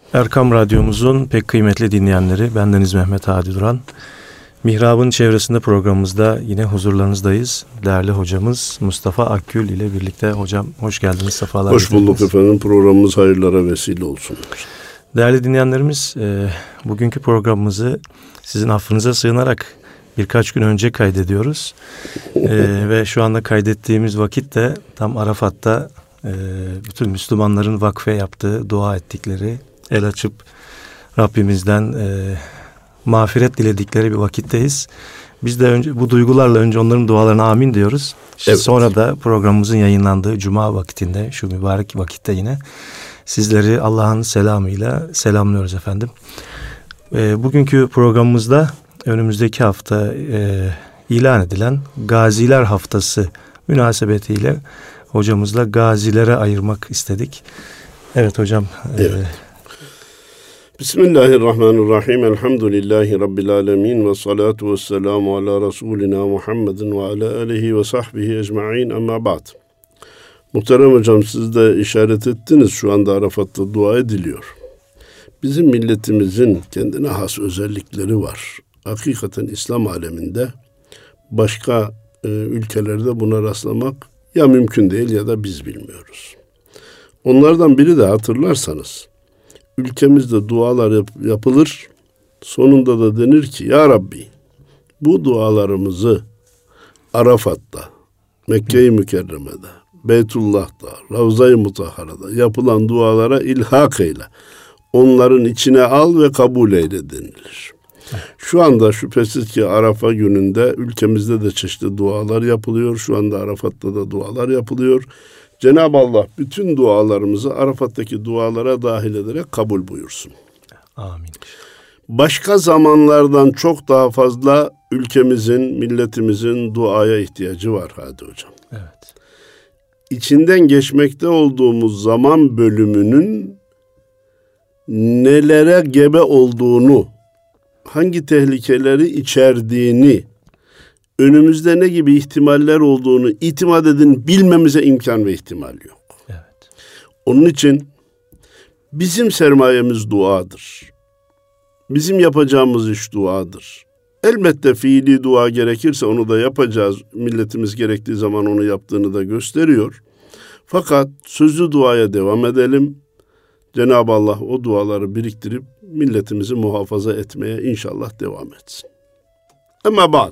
Erkam Radyomuzun pek kıymetli dinleyenleri, bendeniz Mehmet Hadi Duran. Mihrab'ın çevresinde programımızda yine huzurlarınızdayız. Değerli hocamız Mustafa Akgül ile birlikte. Hocam hoş geldiniz, sefalar Hoş bulduk efendim. Programımız hayırlara vesile olsun. Değerli dinleyenlerimiz, bugünkü programımızı sizin affınıza sığınarak birkaç gün önce kaydediyoruz. Ve şu anda kaydettiğimiz vakit de tam Arafat'ta bütün Müslümanların vakfe yaptığı, dua ettikleri, el açıp Rabbimizden mağfiret diledikleri bir vakitteyiz. Biz de önce bu duygularla önce onların dualarına amin diyoruz. Evet. Sonra da programımızın yayınlandığı Cuma vakitinde, şu mübarek vakitte yine sizleri Allah'ın selamıyla selamlıyoruz efendim. Bugünkü programımızda önümüzdeki hafta ilan edilen Gaziler Haftası münasebetiyle hocamızla gazilere ayırmak istedik. Evet hocam. Evet. Bismillahirrahmanirrahim. Elhamdülillahi Rabbil alemin. Ve salatu ve selamu ala Resulina Muhammedin ve ala alihi ve sahbihi ecma'in. Amma ba'd. Muhterem hocam, siz de işaret ettiniz. Şu anda Arafat'ta dua ediliyor. Bizim milletimizin kendine has özellikleri var. Hakikaten İslam aleminde başka ülkelerde buna rastlamak ya mümkün değil ya da biz bilmiyoruz. Onlardan biri de hatırlarsanız ülkemizde dualar yapılır. Sonunda da denir ki ya Rabbi bu dualarımızı Arafat'ta, Mekke-i Mükerreme'de, Beytullah'ta, Ravza-i Mutahhara'da yapılan dualara ilhak eyle. Onların içine al ve kabul eyle denilir. Şu anda şüphesiz ki Arafa gününde ülkemizde de çeşitli dualar yapılıyor. Şu anda Arafat'ta da dualar yapılıyor. Cenab-ı Allah bütün dualarımızı Arafat'taki dualara dahil ederek kabul buyursun. Amin. Başka zamanlardan çok daha fazla ülkemizin, milletimizin duaya ihtiyacı var Hadi hocam. Evet. İçinden geçmekte olduğumuz zaman bölümünün nelere gebe olduğunu, hangi tehlikeleri içerdiğini, önümüzde ne gibi ihtimaller olduğunu itimat edin bilmemize imkan ve ihtimal yok. Evet. Onun için bizim sermayemiz duadır. Bizim yapacağımız iş duadır. Elbette fiili dua gerekirse onu da yapacağız. Milletimiz gerektiği zaman onu yaptığını da gösteriyor. Fakat sözlü duaya devam edelim. Cenab-ı Allah o duaları biriktirip milletimizi muhafaza etmeye inşallah devam etsin. Ama ba'd.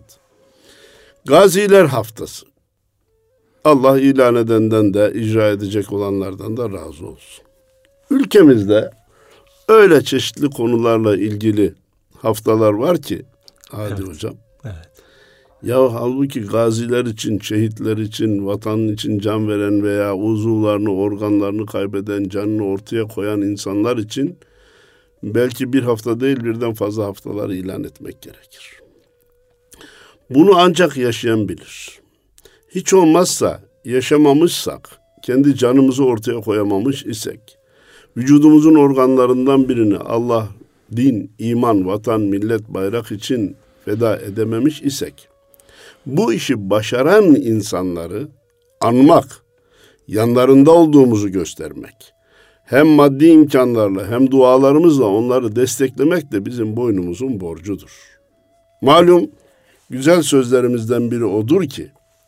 Gaziler Haftası. Allah ilan edenden de icra edecek olanlardan da razı olsun. Ülkemizde öyle çeşitli konularla ilgili haftalar var ki Hadi evet. Hocam. Evet. Ya halbuki gaziler için, şehitler için, vatanın için can veren veya uzuvlarını, organlarını kaybeden, canını ortaya koyan insanlar için belki bir hafta değil birden fazla haftalar ilan etmek gerekir. Bunu ancak yaşayan bilir. Hiç olmazsa yaşamamışsak, kendi canımızı ortaya koyamamış isek, vücudumuzun organlarından birini Allah, din, iman, vatan, millet, bayrak için feda edememiş isek, bu işi başaran insanları anmak, yanlarında olduğumuzu göstermek, hem maddi imkanlarla hem dualarımızla onları desteklemek de bizim boynumuzun borcudur. Malum güzel sözlerimizden biri odur ki,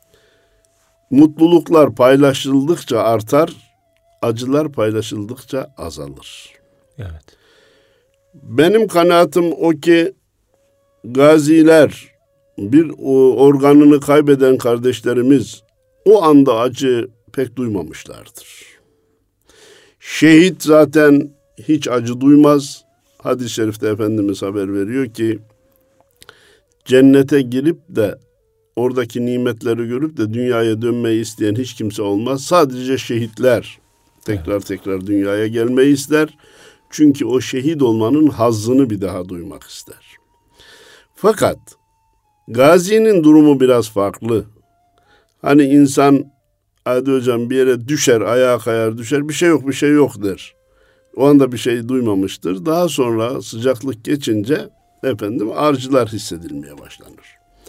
mutluluklar paylaşıldıkça artar, acılar paylaşıldıkça azalır. Evet. Benim kanaatim o ki gaziler, bir organını kaybeden kardeşlerimiz o anda acı pek duymamışlardır. Şehit zaten hiç acı duymaz. Hadis-i şerifte Efendimiz haber veriyor ki cennete girip de oradaki nimetleri görüp de dünyaya dönmeyi isteyen hiç kimse olmaz. Sadece şehitler tekrar dünyaya gelmeyi ister. Çünkü o şehit olmanın hazzını bir daha duymak ister. Fakat gazinin durumu biraz farklı. Hani insan hadi hocam bir yere düşer, ayağa kayar düşer, bir şey yok der. O anda bir şey duymamıştır. Daha sonra sıcaklık geçince arcılar hissedilmeye başlanır.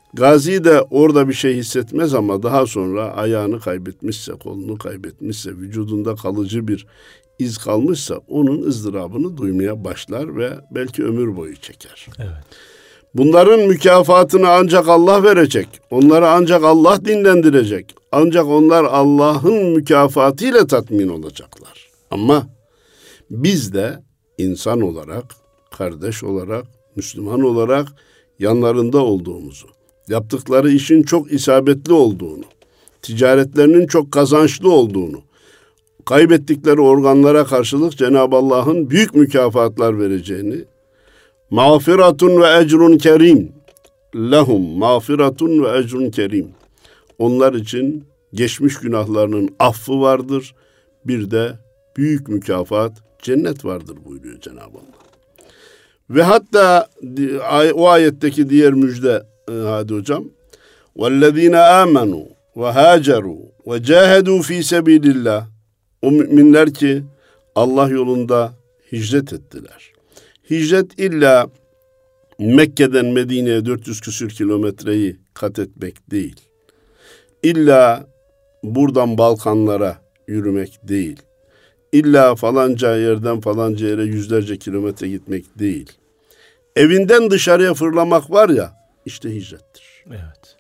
Gazi de orada bir şey hissetmez ama daha sonra ayağını kaybetmişse, kolunu kaybetmişse, vücudunda kalıcı bir iz kalmışsa onun ızdırabını duymaya başlar ve belki ömür boyu çeker. Evet. Bunların mükafatını ancak Allah verecek. Onları ancak Allah dinlendirecek. Ancak onlar Allah'ın mükafatıyla tatmin olacaklar. Ama biz de insan olarak, kardeş olarak, Müslüman olarak yanlarında olduğumuzu, yaptıkları işin çok isabetli olduğunu, ticaretlerinin çok kazançlı olduğunu, kaybettikleri organlara karşılık Cenab-ı Allah'ın büyük mükafatlar vereceğini, mağfiratun ve ecrun kerim, lehum mağfiratun ve ecrun kerim. Onlar için geçmiş günahlarının affı vardır, bir de büyük mükafat, cennet vardır buyuruyor Cenab-ı Allah. Ve hatta o ayetteki diğer müjde hadi hocam. وَالَّذ۪ينَ آمَنُوا وَهَاجَرُوا وَجَاهَدُوا ف۪ي سَب۪يلِ اللّٰهِ. O müminler ki Allah yolunda hicret ettiler. Hicret illa Mekke'den Medine'ye 400 küsür kilometreyi kat etmek değil. İlla buradan Balkanlara yürümek değil. İlla falanca yerden falanca yere yüzlerce kilometre gitmek değil. Evinden dışarıya fırlamak var ya, işte hicrettir. Evet.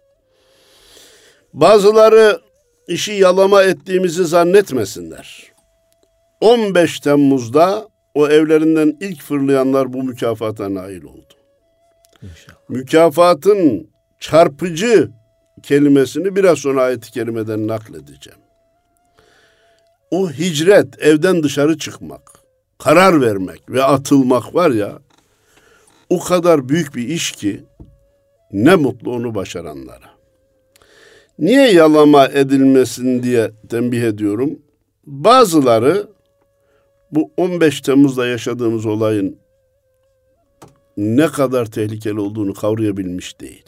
Bazıları işi yalama ettiğimizi zannetmesinler. 15 Temmuz'da o evlerinden ilk fırlayanlar bu mükafata nail oldu. İnşallah. Mükafatın çarpıcı kelimesini biraz sonra ayet-i kerimeden nakledeceğim. O hicret, evden dışarı çıkmak, karar vermek ve atılmak var ya, o kadar büyük bir iş ki ne mutlu onu başaranlara. Niye yalama edilmesin diye tembih ediyorum. Bazıları bu 15 Temmuz'da yaşadığımız olayın ne kadar tehlikeli olduğunu kavrayabilmiş değil.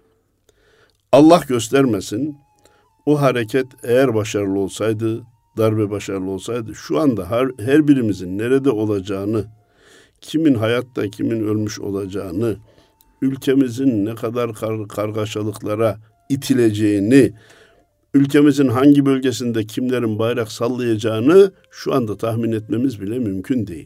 Allah göstermesin, o hareket eğer başarılı olsaydı, darbe başarılı olsaydı, şu anda her birimizin nerede olacağını, kimin hayatta kimin ölmüş olacağını, ülkemizin ne kadar kargaşalıklara itileceğini, ülkemizin hangi bölgesinde kimlerin bayrak sallayacağını şu anda tahmin etmemiz bile mümkün değil.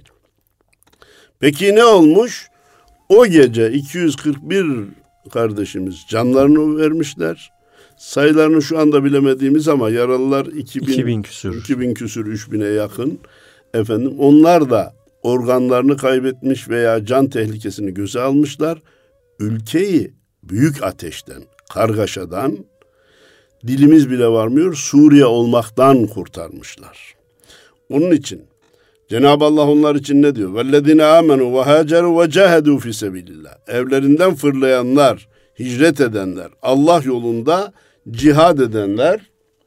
Peki ne olmuş? O gece 241 kardeşimiz canlarını vermişler. Sayılarını şu anda bilemediğimiz ama yaralılar 2000 küsür 3000'e yakın. Efendim, onlar da organlarını kaybetmiş veya can tehlikesini göze almışlar. Ülkeyi büyük ateşten, kargaşadan, dilimiz bile varmıyor, Suriye olmaktan kurtarmışlar. Onun için Cenab-ı Allah onlar için ne diyor? وَالَّذِينَ آمَنُوا وَهَاجَرُوا وَجَاهَدُوا فِي سَبِيلِ اللّٰهِ. Evlerinden fırlayanlar, hicret edenler, Allah yolunda cihad edenler.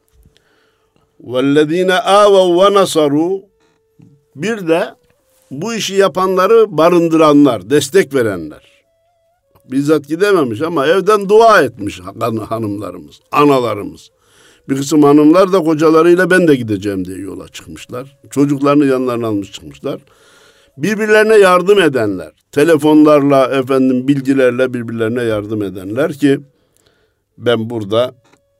وَالَّذِينَ آوَوْا وَنَصَرُوا. Bir de bu işi yapanları barındıranlar, destek verenler. Bizzat gidememiş ama evden dua etmiş hanımlarımız, analarımız. Bir kısım hanımlar da kocalarıyla ben de gideceğim diye yola çıkmışlar. Çocuklarını yanlarına almış çıkmışlar. Birbirlerine yardım edenler, telefonlarla, bilgilerle birbirlerine yardım edenler ki ben burada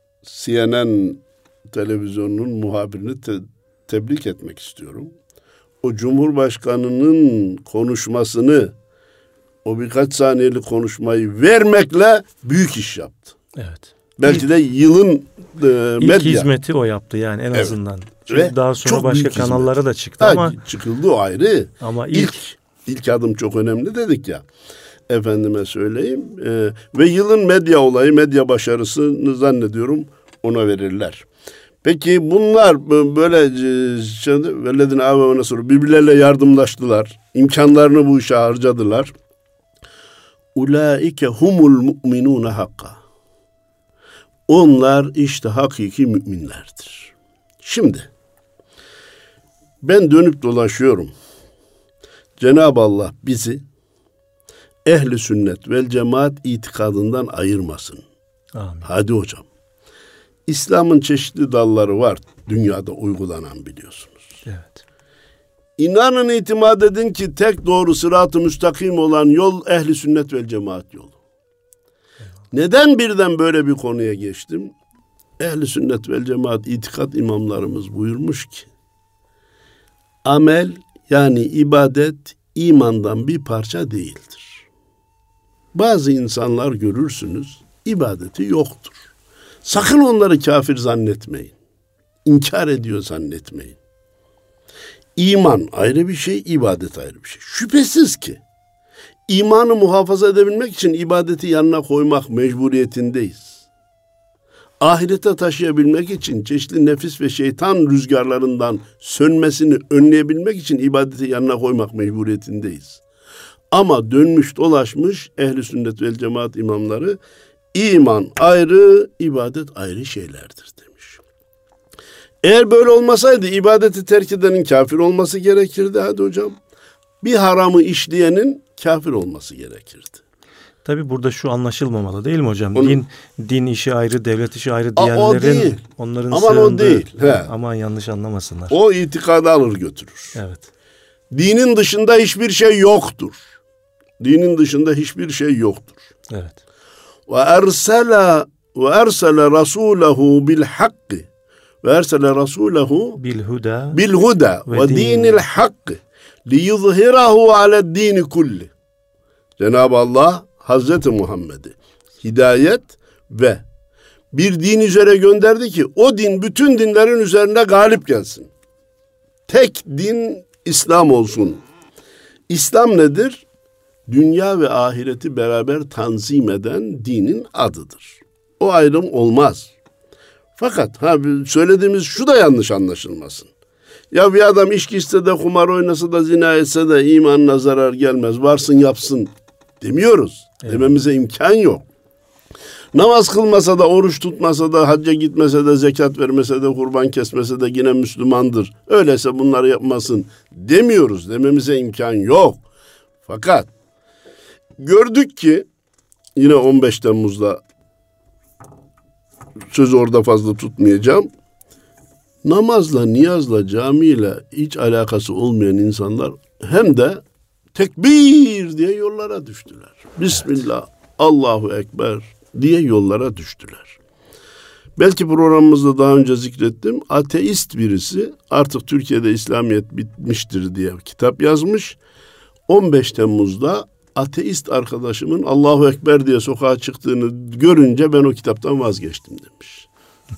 CNN televizyonunun muhabirini tebrik etmek istiyorum. O Cumhurbaşkanı'nın konuşmasını, o birkaç saniyelik konuşmayı vermekle büyük iş yaptı. Evet. Belki de yılın medya. İlk hizmeti o yaptı yani en azından. Çünkü ve daha sonra başka kanallara da çıktı ama çıkıldı o ayrı. Ama ilk adım çok önemli dedik ya. Efendime söyleyeyim. Ve yılın medya olayı, medya başarısını zannediyorum ona verirler. Peki bunlar böyle veledine ave ve nasıl birbirleriyle yardımlaştılar. İmkanlarını bu işe harcadılar. Ulaike humul mu'minune hakka. Onlar işte hakiki müminlerdir. Şimdi ben dönüp dolaşıyorum. Cenab-ı Allah bizi ehli sünnet vel cemaat itikadından ayırmasın. Amin. Hadi hocam. İslam'ın çeşitli dalları var dünyada uygulanan, biliyorsunuz. Evet. İnanın, itimat edin ki tek doğru sırat-ı müstakim olan yol ehli sünnet vel cemaat yolu. Neden birden böyle bir konuya geçtim? Ehl-i sünnet vel cemaat itikat imamlarımız buyurmuş ki, amel yani ibadet imandan bir parça değildir. Bazı insanlar görürsünüz, ibadeti yoktur. Sakın onları kafir zannetmeyin. İnkar ediyor zannetmeyin. İman ayrı bir şey, ibadet ayrı bir şey. Şüphesiz ki imanı muhafaza edebilmek için ibadeti yanına koymak mecburiyetindeyiz. Ahirete taşıyabilmek için çeşitli nefis ve şeytan rüzgarlarından sönmesini önleyebilmek için ibadeti yanına koymak mecburiyetindeyiz. Ama dönmüş dolaşmış ehl-i sünnet vel cemaat imamları iman ayrı, ibadet ayrı şeylerdir demiş. Eğer böyle olmasaydı ibadeti terk edenin kafir olması gerekirdi. Hadi hocam. Bir haramı işleyenin kafir olması gerekirdi. Tabii burada şu anlaşılmamalı değil mi hocam? Din işi ayrı, devlet işi ayrı diyenlerin o değil. Onların aman sığındığı, o değil. Aman yanlış anlamasınlar. O itikadı alır götürür. Evet. Dinin dışında hiçbir şey yoktur. Dinin dışında hiçbir şey yoktur. Evet. Ve ersele rasulehu bil hakkı ve ersele rasulehu bil huda ve dinil hakkı liyuzhirahu ale'd-din kulli. Cenab-ı Allah Hazreti Muhammed'i hidayet ve bir din üzere gönderdi ki o din bütün dinlerin üzerine galip gelsin. Tek din İslam olsun. İslam nedir? Dünya ve ahireti beraber tanzim eden dinin adıdır. O ayrım olmaz. Fakat söylediğimiz şu da yanlış anlaşılmasın. Ya bir adam içki içse de kumar oynasa da zina etse de imanına zarar gelmez. Varsın yapsın demiyoruz. Evet. Dememize imkan yok. Namaz kılmasa da, oruç tutmasa da, hacca gitmese de, zekat vermese de, kurban kesmese de yine Müslümandır. Öyleyse bunları yapmasın demiyoruz. Dememize imkan yok. Fakat gördük ki yine 15 Temmuz'da sözü orada fazla tutmayacağım. Namazla, niyazla, camiyle hiç alakası olmayan insanlar hem de tekbir diye yollara düştüler. Bismillah, Allahu Ekber diye yollara düştüler. Belki programımızda daha önce zikrettim. Ateist birisi artık Türkiye'de İslamiyet bitmiştir diye kitap yazmış. 15 Temmuz'da ateist arkadaşımın Allahu Ekber diye sokağa çıktığını görünce ben o kitaptan vazgeçtim demiş.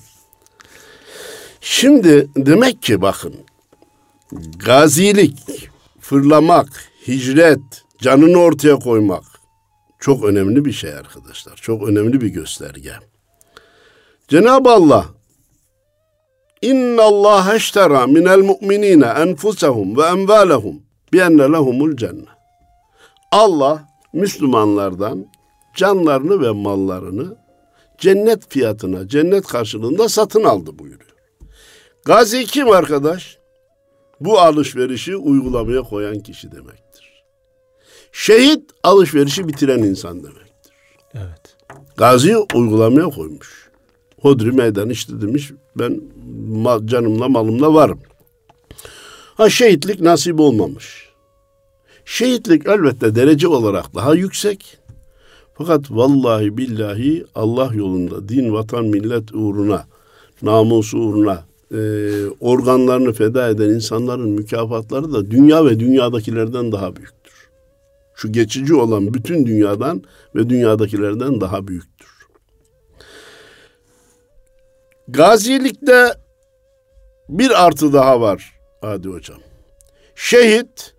Şimdi demek ki bakın, gazilik, fırlamak, hicret, canını ortaya koymak çok önemli bir şey arkadaşlar. Çok önemli bir gösterge. Cenab-ı Allah İnna Allah eştera minel mu'minine enfusahum ve envalahum bi enne lehumul cennet. Allah Müslümanlardan canlarını ve mallarını cennet fiyatına, cennet karşılığında satın aldı buyuruyor. Gazi kim arkadaş? Bu alışverişi uygulamaya koyan kişi demektir. Şehit alışverişi bitiren insan demektir. Evet. Gazi uygulamaya koymuş. Hodri meydan işte demiş, ben canımla malımla varım. Şehitlik nasip olmamış. Şehitlik elbette derece olarak daha yüksek. Fakat vallahi billahi Allah yolunda din, vatan, millet uğruna, namusu uğruna organlarını feda eden insanların mükafatları da dünya ve dünyadakilerden daha büyüktür. Şu geçici olan bütün dünyadan ve dünyadakilerden daha büyüktür. Gazilikte bir artı daha var Hadi hocam. Şehit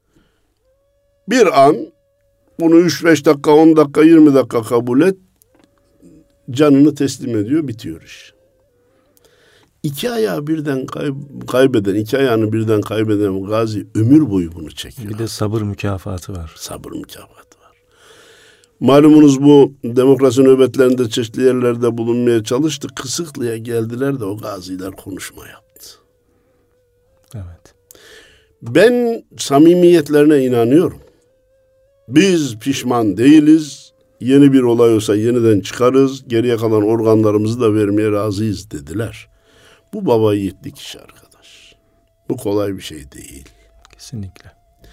bir an bunu 3-5 dakika, 10 dakika, 20 dakika kabul et, canını teslim ediyor, bitiyor iş. İki ayağı birden kaybeden, iki ayağını birden kaybeden gazi ömür boyu bunu çekiyor. Bir de sabır mükafatı var. Sabır mükafatı var. Malumunuz bu demokrasi nöbetlerinde çeşitli yerlerde bulunmaya çalıştı. Kısıklı'ya geldiler de o gaziler konuşma yaptı. Evet. Ben samimiyetlerine inanıyorum. Biz pişman değiliz. Yeni bir olay olsa yeniden çıkarız. Geriye kalan organlarımızı da vermeye razıyız dediler. Bu baba yiğitlik işi arkadaş. Bu kolay bir şey değil. Kesinlikle.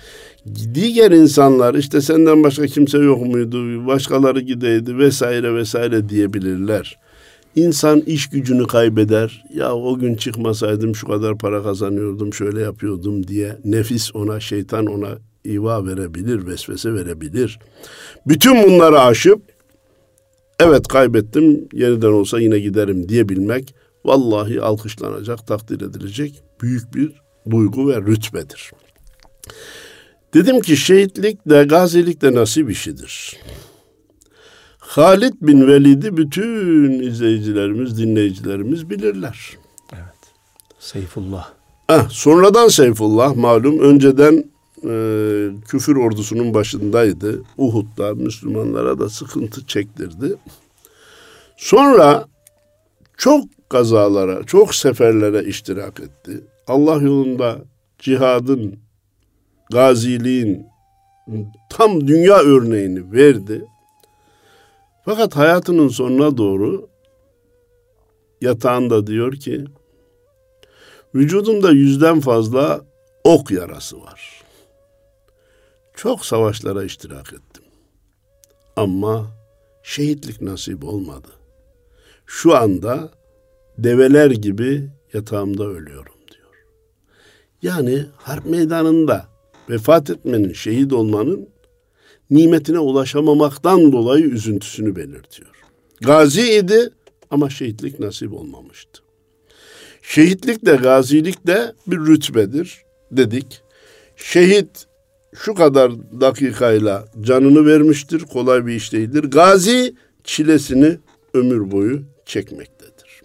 Diğer insanlar işte senden başka kimse yok muydu, başkaları gideydi vesaire vesaire diyebilirler. İnsan iş gücünü kaybeder. Ya o gün çıkmasaydım şu kadar para kazanıyordum, şöyle yapıyordum diye nefis ona, şeytan ona iva verebilir, vesvese verebilir. Bütün bunları aşıp evet kaybettim, yeniden olsa yine giderim diyebilmek vallahi alkışlanacak, takdir edilecek büyük bir duygu ve rütbedir. Dedim ki şehitlik de gazilik de nasip işidir. Halid bin Velid'i bütün izleyicilerimiz, dinleyicilerimiz bilirler. Evet. Seyfullah. Sonradan Seyfullah malum önceden küfür ordusunun başındaydı. Uhud'da Müslümanlara da sıkıntı çektirdi. Sonra çok gazalara, çok seferlere iştirak etti. Allah yolunda cihadın, gaziliğin tam dünya örneğini verdi. Fakat hayatının sonuna doğru yatağında diyor ki, vücudumda 100'den fazla ok yarası var. Çok savaşlara iştirak ettim. Ama şehitlik nasip olmadı. Şu anda develer gibi yatağımda ölüyorum diyor. Yani harp meydanında vefat etmenin, şehit olmanın nimetine ulaşamamaktan dolayı üzüntüsünü belirtiyor. Gazi idi ama şehitlik nasip olmamıştı. Şehitlik de gazilik de bir rütbedir dedik. Şehit şu kadar dakikayla canını vermiştir, kolay bir iş değildir. Gazi çilesini ömür boyu çekmektedir.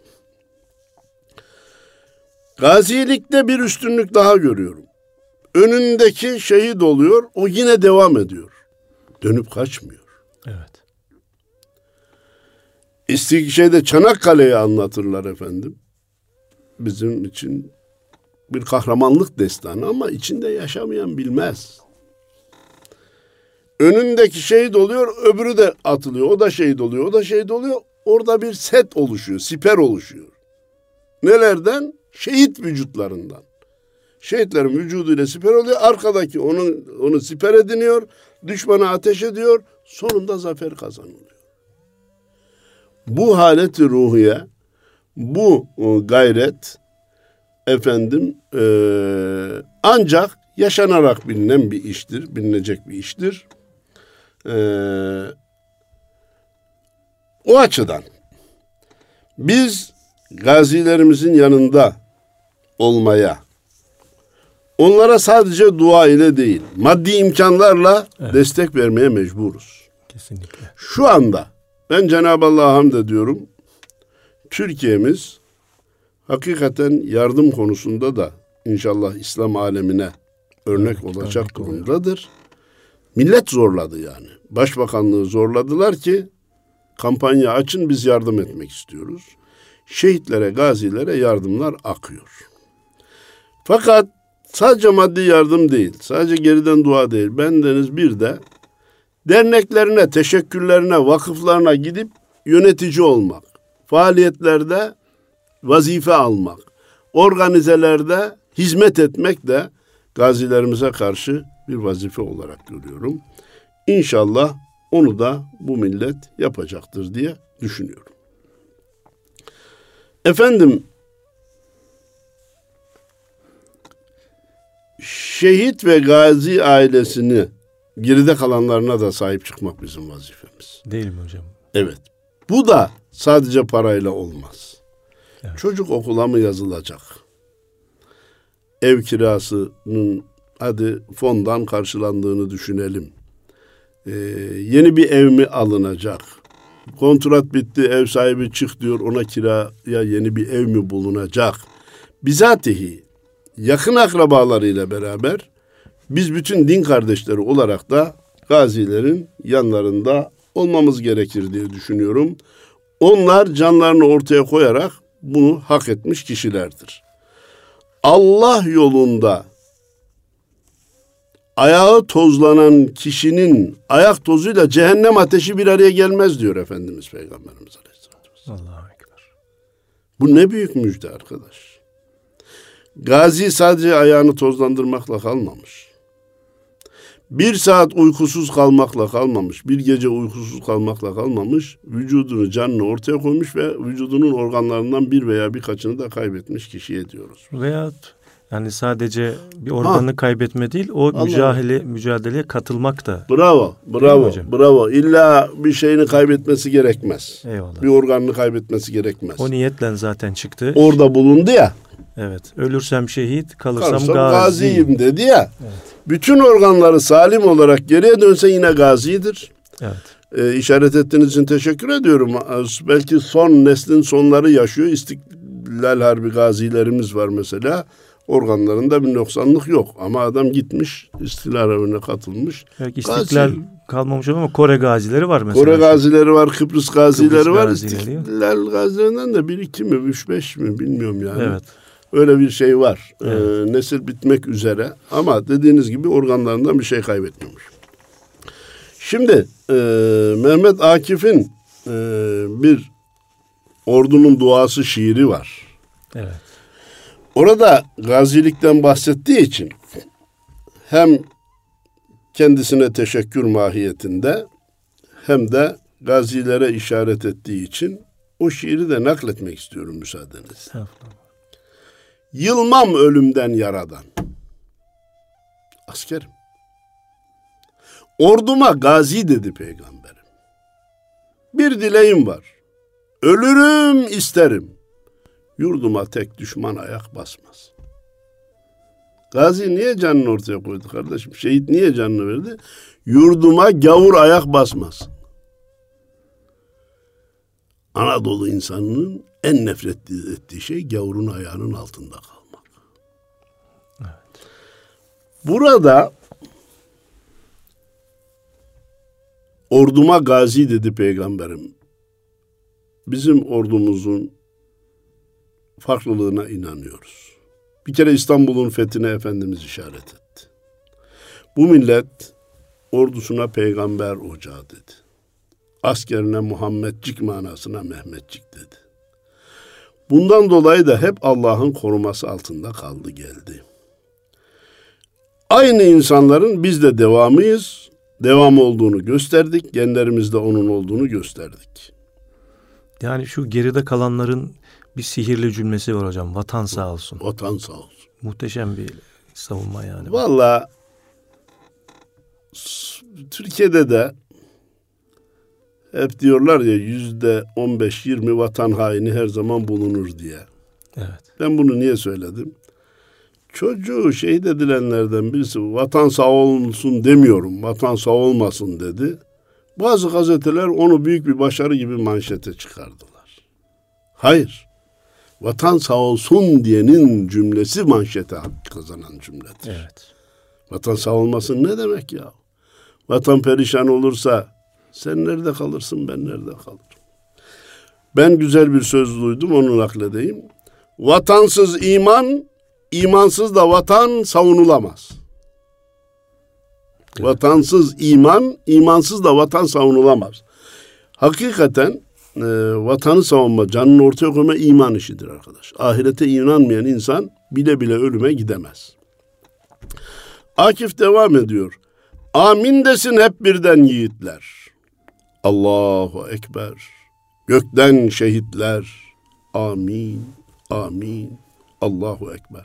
Gazilikte bir üstünlük daha görüyorum. Önündeki şehit oluyor, o yine devam ediyor. Dönüp kaçmıyor. Evet. İstikişe'de Çanakkale'yi anlatırlar efendim. Bizim için bir kahramanlık destanı ama içinde yaşamayan bilmez. Önündeki şehit oluyor, öbürü de atılıyor. O da şehit oluyor, o da şehit oluyor. Orada bir set oluşuyor, siper oluşuyor. Nelerden? Şehit vücutlarından. Şehitlerin vücuduyla siper oluyor. Arkadaki onu siper ediniyor. Düşmana ateş ediyor. Sonunda zafer kazanılıyor. Bu haleti ruhiye, bu gayret efendim ancak yaşanarak bilinen bir iştir. Bilinecek bir iştir. O açıdan biz gazilerimizin yanında olmaya, onlara sadece dua ile değil, maddi imkanlarla destek vermeye mecburuz. Kesinlikle. Şu anda ben Cenab-ı Allah'a hamd ediyorum. Türkiye'miz hakikaten yardım konusunda da inşallah İslam alemine örnek olacak durumdadır. Millet zorladı yani. Başbakanlığı zorladılar ki kampanya açın, biz yardım etmek istiyoruz. Şehitlere, gazilere yardımlar akıyor. Fakat sadece maddi yardım değil, sadece geriden dua değil. Bendeniz bir de derneklerine, teşekkürlerine, vakıflarına gidip yönetici olmak, faaliyetlerde vazife almak, organizelerde hizmet etmek de gazilerimize karşı bir vazife olarak görüyorum. İnşallah onu da bu millet yapacaktır diye düşünüyorum. Efendim, şehit ve gazi ailesini, geride kalanlarına da sahip çıkmak bizim vazifemiz. Değil mi hocam? Evet. Bu da sadece parayla olmaz. Evet. Çocuk okula mı yazılacak? Ev kirasının hadi fondan karşılandığını düşünelim. Yeni bir ev mi alınacak? Kontrat bitti, ev sahibi çık diyor, ona kiraya yeni bir ev mi bulunacak? Bizatihi yakın akrabalarıyla beraber biz bütün din kardeşleri olarak da gazilerin yanlarında olmamız gerekir diye düşünüyorum. Onlar canlarını ortaya koyarak bunu hak etmiş kişilerdir. Allah yolunda ayağı tozlanan kişinin ayak tozuyla cehennem ateşi bir araya gelmez diyor Efendimiz Peygamberimiz Aleyhisselatü Vesselam. Allahu Ekber. Bu ne büyük müjde arkadaş. Gazi sadece ayağını tozlandırmakla kalmamış. Bir saat uykusuz kalmakla kalmamış, bir gece uykusuz kalmakla kalmamış, vücudunu, canını ortaya koymuş ve vücudunun organlarından bir veya birkaçını da kaybetmiş kişiye diyoruz. Veya yani sadece bir organı kaybetme değil, o mücadeleye katılmak da. Bravo. İlla bir şeyini kaybetmesi gerekmez. Eyvallah. Bir organını kaybetmesi gerekmez. O niyetle zaten çıktı. Orada bulundu ya. Evet. Ölürsem şehit, kalırsam gaziyim dedi ya. Evet. Bütün organları salim olarak geriye dönse yine gazidir. Evet. İşaret ettiğiniz için teşekkür ediyorum. Belki son neslin sonları yaşıyor. İstiklal Harbi gazilerimiz var mesela. Organlarında bir noksanlık yok. Ama adam gitmiş, İstiklal Harbi'ne katılmış. Belki İstiklal kalmamış ama Kore gazileri var mesela. Kore gazileri var, Kıbrıs gazileri var. İstiklal gazilerinden de 1-2 mi, 3-5 mi bilmiyorum yani. Evet. Öyle bir şey var. Evet. Nesil bitmek üzere ama dediğiniz gibi organlarından bir şey kaybetmemiş. Şimdi Mehmet Akif'in bir ordunun duası şiiri var. Evet. Orada gazilikten bahsettiği için hem kendisine teşekkür mahiyetinde hem de gazilere işaret ettiği için o şiiri de nakletmek istiyorum müsaadenizle. Yılmam ölümden yaradan. Askerim. Orduma gazi dedi peygamberim. Bir dileğim var. Ölürüm isterim. Yurduma tek düşman ayak basmaz. Gazi niye canını ortaya koydu kardeşim? Şehit niye canını verdi? Yurduma gavur ayak basmaz. Anadolu insanının en nefret ettiği şey gavurun ayağının altında kalmak. Evet. Burada orduma gazi dedi peygamberim. Bizim ordumuzun farklılığına inanıyoruz. Bir kere İstanbul'un fethine Efendimiz işaret etti. Bu millet ordusuna peygamber ocağı dedi. Askerine Muhammedcik manasına Mehmetcik dedi. Bundan dolayı da hep Allah'ın koruması altında kaldı geldi. Aynı insanların biz de devamıyız. Devam olduğunu gösterdik. Genlerimizde onun olduğunu gösterdik. Yani şu geride kalanların bir sihirli cümlesi var hocam. Vatan sağ olsun. Vatan sağ olsun. Muhteşem bir savunma yani. Vallahi Türkiye'de de hep diyorlar ya %15-20 vatan haini her zaman bulunur diye. Evet. Ben bunu niye söyledim? Çocuğu şehit edilenlerden birisi vatan sağ olsun demiyorum, vatan sağ olmasın dedi. Bazı gazeteler onu büyük bir başarı gibi manşete çıkardılar. Hayır. Vatan sağ olsun diyenin cümlesi manşete kazanan cümledir. Evet. Vatan sağ olmasın ne demek ya? Vatan perişan olursa sen nerede kalırsın, ben nerede kalırım? Ben güzel bir söz duydum, onu nakledeyim. Vatansız iman, imansız da vatan savunulamaz. Evet. Vatansız iman, imansız da vatan savunulamaz. Hakikaten vatanı savunma, canını ortaya koyma iman işidir arkadaş. Ahirete inanmayan insan bile bile ölüme gidemez. Akif devam ediyor. Amin desin hep birden yiğitler. Allahu Ekber. Gökten şehitler. Amin, amin. Allahu Ekber.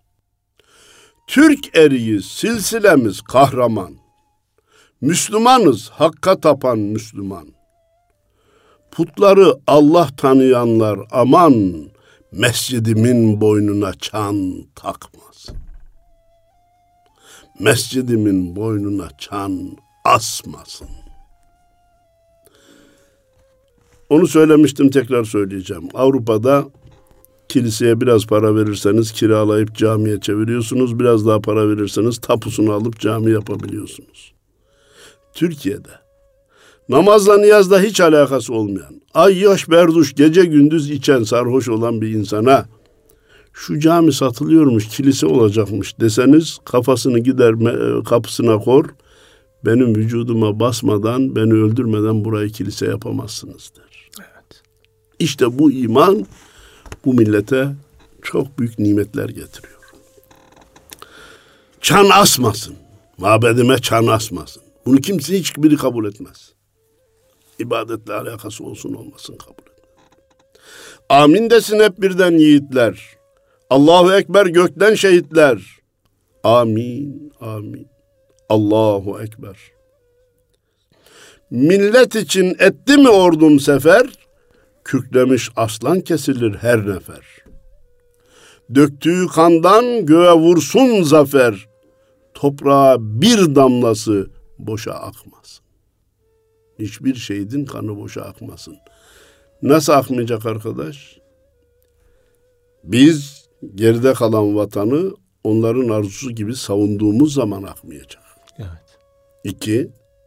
Türk eriyiz, silsilemiz kahraman. Müslümanız, hakka tapan Müslüman. Putları Allah tanıyanlar aman, mescidimin boynuna çan takmaz. Mescidimin boynuna çan asmasın. Onu söylemiştim, tekrar söyleyeceğim. Avrupa'da kiliseye biraz para verirseniz kiralayıp camiye çeviriyorsunuz. Biraz daha para verirseniz tapusunu alıp cami yapabiliyorsunuz. Türkiye'de namazla niyazla hiç alakası olmayan, ay yaş berduş gece gündüz içen sarhoş olan bir insana şu cami satılıyormuş, kilise olacakmış deseniz kafasını gider kapısına kor, benim vücuduma basmadan, beni öldürmeden burayı kilise yapamazsınız der. Evet. İşte bu iman bu millete çok büyük nimetler getiriyor. Çan asmasın. Mabedime çan asmasın. Bunu kimse hiçbiri kabul etmez. İbadetle alakası olsun olmasın kabul etmez. Amin desin hep birden yiğitler. Allahu Ekber gökten şehitler. Amin, amin. Allahu Ekber. Millet için etti mi ordum sefer? Kükremiş aslan kesilir her nefer. Döktüğü kandan göğe vursun zafer. Toprağa bir damlası boşa akmasın. Hiçbir şehidin kanı boşa akmasın. Nasıl akmayacak arkadaş? Biz geride kalan vatanı onların arzusu gibi savunduğumuz zaman akmayacak. Evet. 2.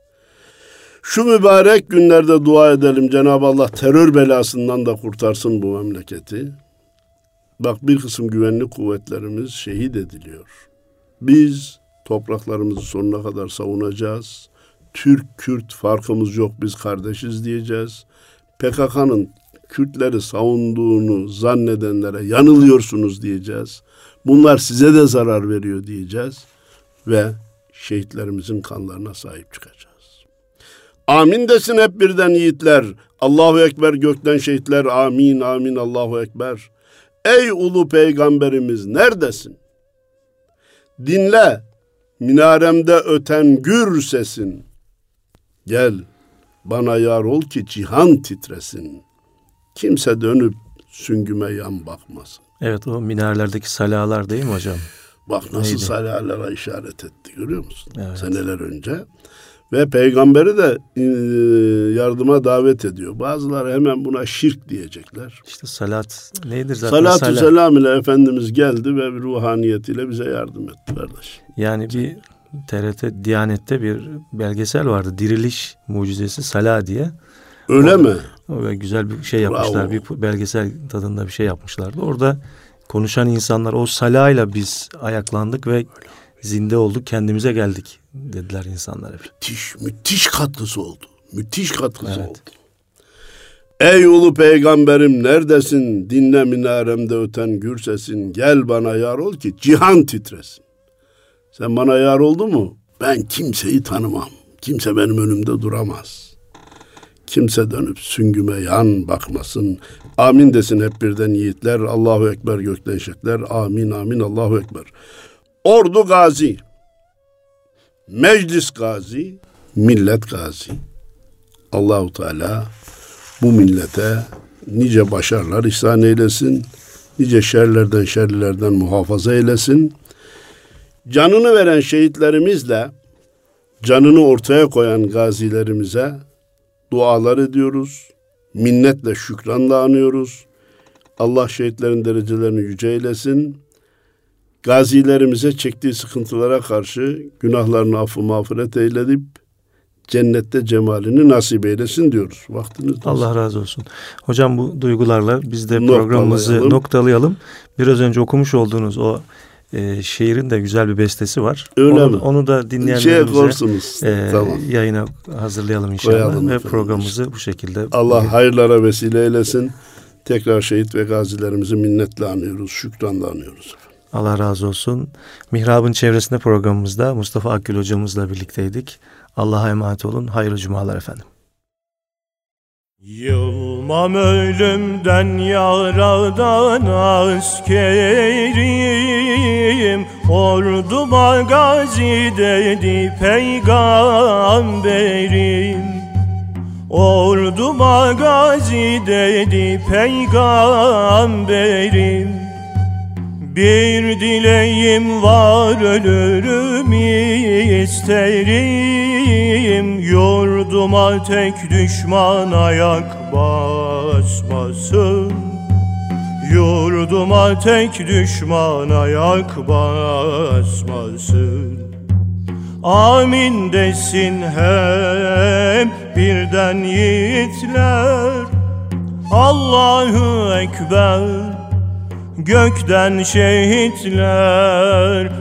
Şu mübarek günlerde dua edelim. Cenab-ı Allah terör belasından da kurtarsın bu memleketi. Bak bir kısım güvenlik kuvvetlerimiz şehit ediliyor. Biz topraklarımızı sonuna kadar savunacağız. Türk, Kürt farkımız yok, biz kardeşiz diyeceğiz. PKK'nın Kürtleri savunduğunu zannedenlere yanılıyorsunuz diyeceğiz. Bunlar size de zarar veriyor diyeceğiz. Ve şehitlerimizin kanlarına sahip çıkacağız. Amin desin hep birden yiğitler. Allahu Ekber gökten şehitler. Amin, amin, Allahu Ekber. Ey ulu peygamberimiz neredesin? Dinle minaremde öten gür sesin. Gel bana yar ol ki cihan titresin. Kimse dönüp süngüme yan bakmasın. Evet, o minarelerdeki salalar değil mi hocam? Bak nasıl neydi? Salalara işaret etti, görüyor musun? Evet. Seneler önce. Ve peygamberi de yardıma davet ediyor. Bazıları hemen buna şirk diyecekler. İşte salat nedir zaten? Salatü selam ile Efendimiz geldi ve ruhaniyetiyle bize yardım etti kardeş. Yani bir TRT Diyanet'te bir belgesel vardı. Diriliş Mucizesi Salah diye. Öyle mi? O güzel bir şey yapmışlar. Bravo. Bir belgesel tadında bir şey yapmışlardı. Orada konuşan insanlar o salayla biz ayaklandık ve zinde olduk, kendimize geldik dediler insanlar hep. Müthiş katkısı oldu. Müthiş katkısı Evet. oldu. Ey ulu peygamberim neredesin? Dinle minaremde öten gür sesin. Gel bana yar ol ki cihan titresin. Sen bana yar oldu mu? Ben kimseyi tanımam. Kimse benim önümde duramaz. Kimse dönüp süngüme yan bakmasın. Amin desin hep birden yiğitler. Allahu Ekber gökten şehitler. Amin, amin, Allahu Ekber. Ordu gazi, meclis gazi, millet gazi. Allahu Teala bu millete nice başarılar ihsan eylesin. Nice şerlerden muhafaza eylesin. Canını veren şehitlerimizle canını ortaya koyan gazilerimize dualar ediyoruz. Minnetle, şükranla anıyoruz. Allah şehitlerin derecelerini yüce eylesin. Gazilerimize çektiği sıkıntılara karşı günahlarını affı mağfiret eyledip cennette cemalini nasip eylesin diyoruz. Vaktiniz nasıl? Allah razı olsun. Hocam bu duygularla biz de programımızı noktalayalım. Biraz önce okumuş olduğunuz o şiirin de güzel bir bestesi var. Öyle mi? Onu da dinleyenlerimize tamam. Yayına hazırlayalım inşallah. Koyalım ve efendim. programımızı bu şekilde. Allah hayırlara vesile eylesin. Tekrar şehit ve gazilerimizi minnetle anıyoruz, şükranla anıyoruz. Allah razı olsun. Mihrab'ın çevresinde programımızda Mustafa Akgül hocamızla birlikteydik. Allah'a emanet olun. Hayırlı cumalar efendim. Yılmam ölümden yaradan askerim, orduma gazi dedi peygamberim. Orduma gazi dedi peygamberim. Bir dileğim var ölürüm isterim, yurduma tek düşman ayak basmasın. Yurduma tek düşman ayak basmasın. Amin desin hep birden yiğitler. Allahu Ekber gökten şehitler.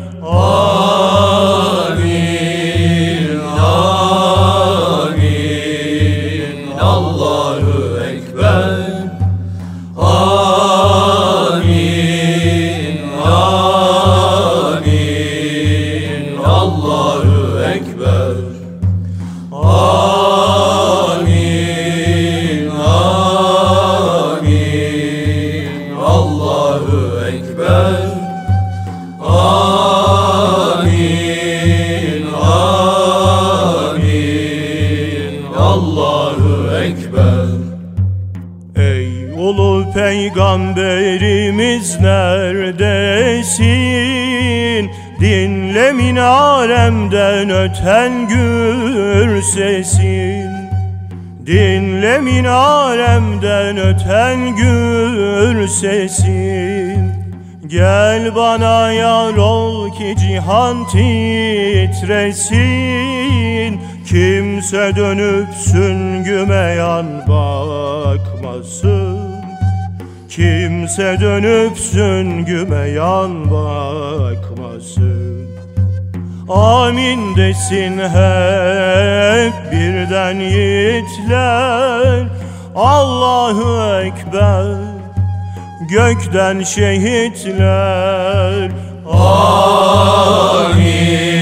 Amin, amin, Allahu Ekber. Amin, amin, Allahu Peygamberimiz neredesin? Dinle minaremden öten gür sesin. Dinle minaremden öten gür sesin. Gel bana yar ol ki cihan titresin. Kimse dönüp süngüme yan bakmasın. Kimse dönüp süngüme yan bakmasın. Amin desin hep birden yiğitler. Allahu Ekber, gökten şehitler. Amin.